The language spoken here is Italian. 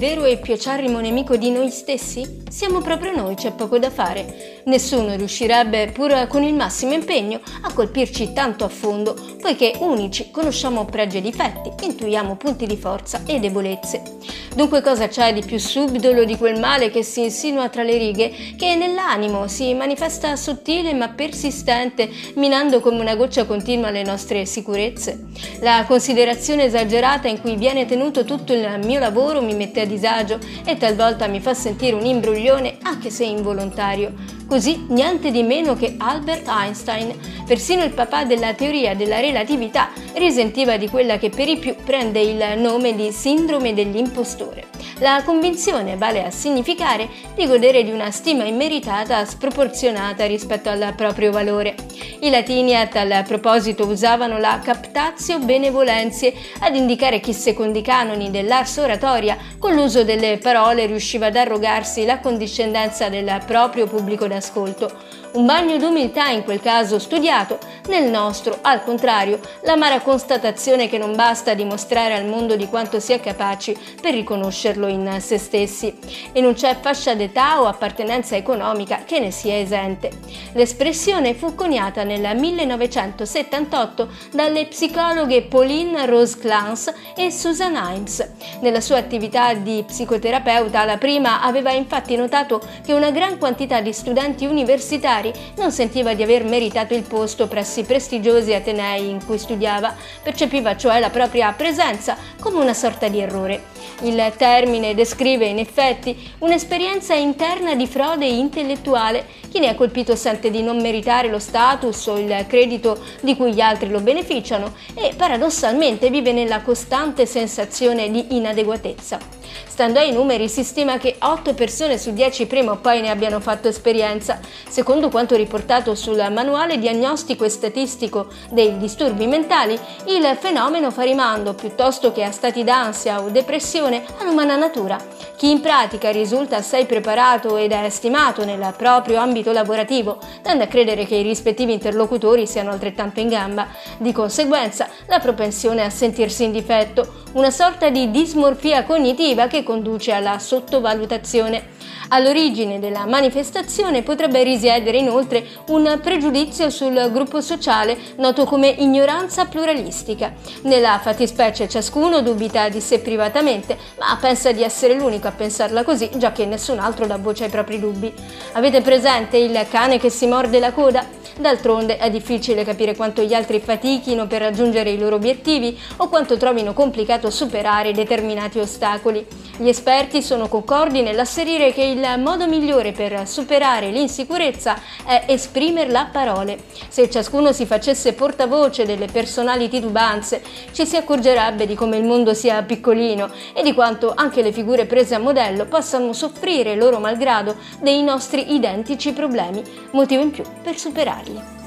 vero e più acerrimo nemico di noi stessi? Siamo proprio noi, c'è poco da fare. Nessuno riuscirebbe, pur con il massimo impegno, a colpirci tanto a fondo, poiché unici conosciamo pregi e difetti, intuiamo punti di forza e debolezze. Dunque cosa c'è di più subdolo di quel male che si insinua tra le righe, che nell'animo si manifesta sottile ma persistente, minando come una goccia continua le nostre sicurezze? La considerazione esagerata in cui viene tenuto tutto il mio lavoro mi mette a disagio e talvolta mi fa sentire un imbroglione, anche se involontario. Così niente di meno che Albert Einstein, persino il papà della teoria della relatività, risentiva di quella che per i più prende il nome di sindrome dell'impostore. La convinzione vale a significare di godere di una stima immeritata sproporzionata rispetto al proprio valore. I latini a tal proposito usavano la captatio benevolentiae ad indicare chi secondo i canoni dell'ars oratoria con l'uso delle parole riusciva ad arrogarsi la condiscendenza del proprio pubblico d'ascolto. Un bagno d'umiltà in quel caso studiato, nel nostro, al contrario, l'amara constatazione che non basta dimostrare al mondo di quanto si è capaci per riconoscerlo in se stessi, e non c'è fascia d'età o appartenenza economica che ne sia esente. L'espressione fu coniata nel 1978 dalle psicologhe Pauline Rose-Clance e Susan Himes. Nella sua attività di psicoterapeuta, la prima aveva infatti notato che una gran quantità di studenti universitari non sentiva di aver meritato il posto presso i prestigiosi atenei in cui studiava, percepiva cioè la propria presenza come una sorta di errore. Il termine descrive in effetti un'esperienza interna di frode intellettuale. Chi ne è colpito sente di non meritare lo status o il credito di cui gli altri lo beneficiano e paradossalmente vive nella costante sensazione di inadeguatezza. Stando ai numeri si stima che 8 persone su 10 prima o poi ne abbiano fatto esperienza. Secondo quanto riportato sul manuale diagnostico e statistico dei disturbi mentali, il fenomeno fa rimando piuttosto che a stati d'ansia o depressione all'umana natura. Chi in pratica risulta assai preparato ed è stimato nel proprio ambito lavorativo tende a credere che i rispettivi interlocutori siano altrettanto in gamba. Di conseguenza, la propensione a sentirsi in difetto, una sorta di dismorfia cognitiva che conduce alla sottovalutazione. All'origine della manifestazione potrebbe risiedere inoltre un pregiudizio sul gruppo sociale noto come ignoranza pluralistica. Nella fattispecie ciascuno dubita di sé privatamente, ma pensa di essere l'unico a pensarla così, già che nessun altro dà voce ai propri dubbi. Avete presente il cane che si morde la coda? D'altronde è difficile capire quanto gli altri fatichino per raggiungere i loro obiettivi o quanto trovino complicato superare determinati ostacoli. Gli esperti sono concordi nell'asserire che il modo migliore per superare l'insicurezza è esprimerla a parole. Se ciascuno si facesse portavoce delle personali titubanze, ci si accorgerebbe di come il mondo sia piccolino e di quanto anche le figure prese a modello possano soffrire loro malgrado dei nostri identici problemi, motivo in più per superarli.